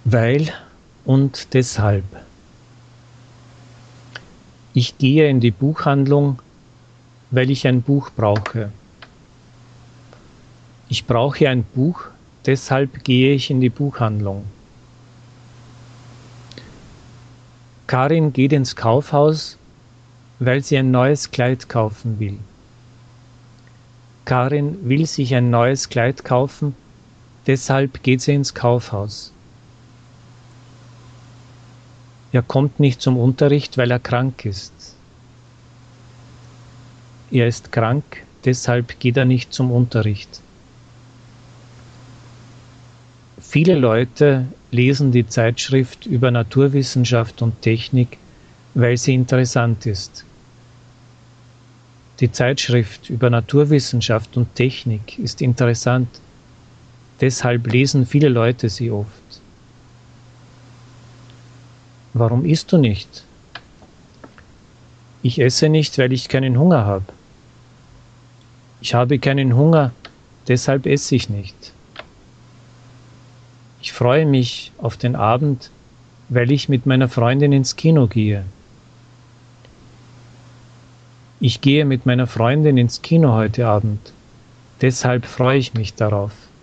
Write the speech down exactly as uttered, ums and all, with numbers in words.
Weil und deshalb. Ich gehe in die Buchhandlung, weil ich ein Buch brauche. Ich brauche ein Buch, deshalb gehe ich in die Buchhandlung. Karin geht ins Kaufhaus, weil sie ein neues Kleid kaufen will. Karin will sich ein neues Kleid kaufen, deshalb geht sie ins Kaufhaus. Er kommt nicht zum Unterricht, weil er krank ist. Er ist krank, deshalb geht er nicht zum Unterricht. Viele Leute lesen die Zeitschrift über Naturwissenschaft und Technik, weil sie interessant ist. Die Zeitschrift über Naturwissenschaft und Technik ist interessant, deshalb lesen viele Leute sie oft. Warum isst du nicht? Ich esse nicht, weil ich keinen Hunger habe. Ich habe keinen Hunger, deshalb esse ich nicht. Ich freue mich auf den Abend, weil ich mit meiner Freundin ins Kino gehe. Ich gehe mit meiner Freundin ins Kino heute Abend, deshalb freue ich mich darauf.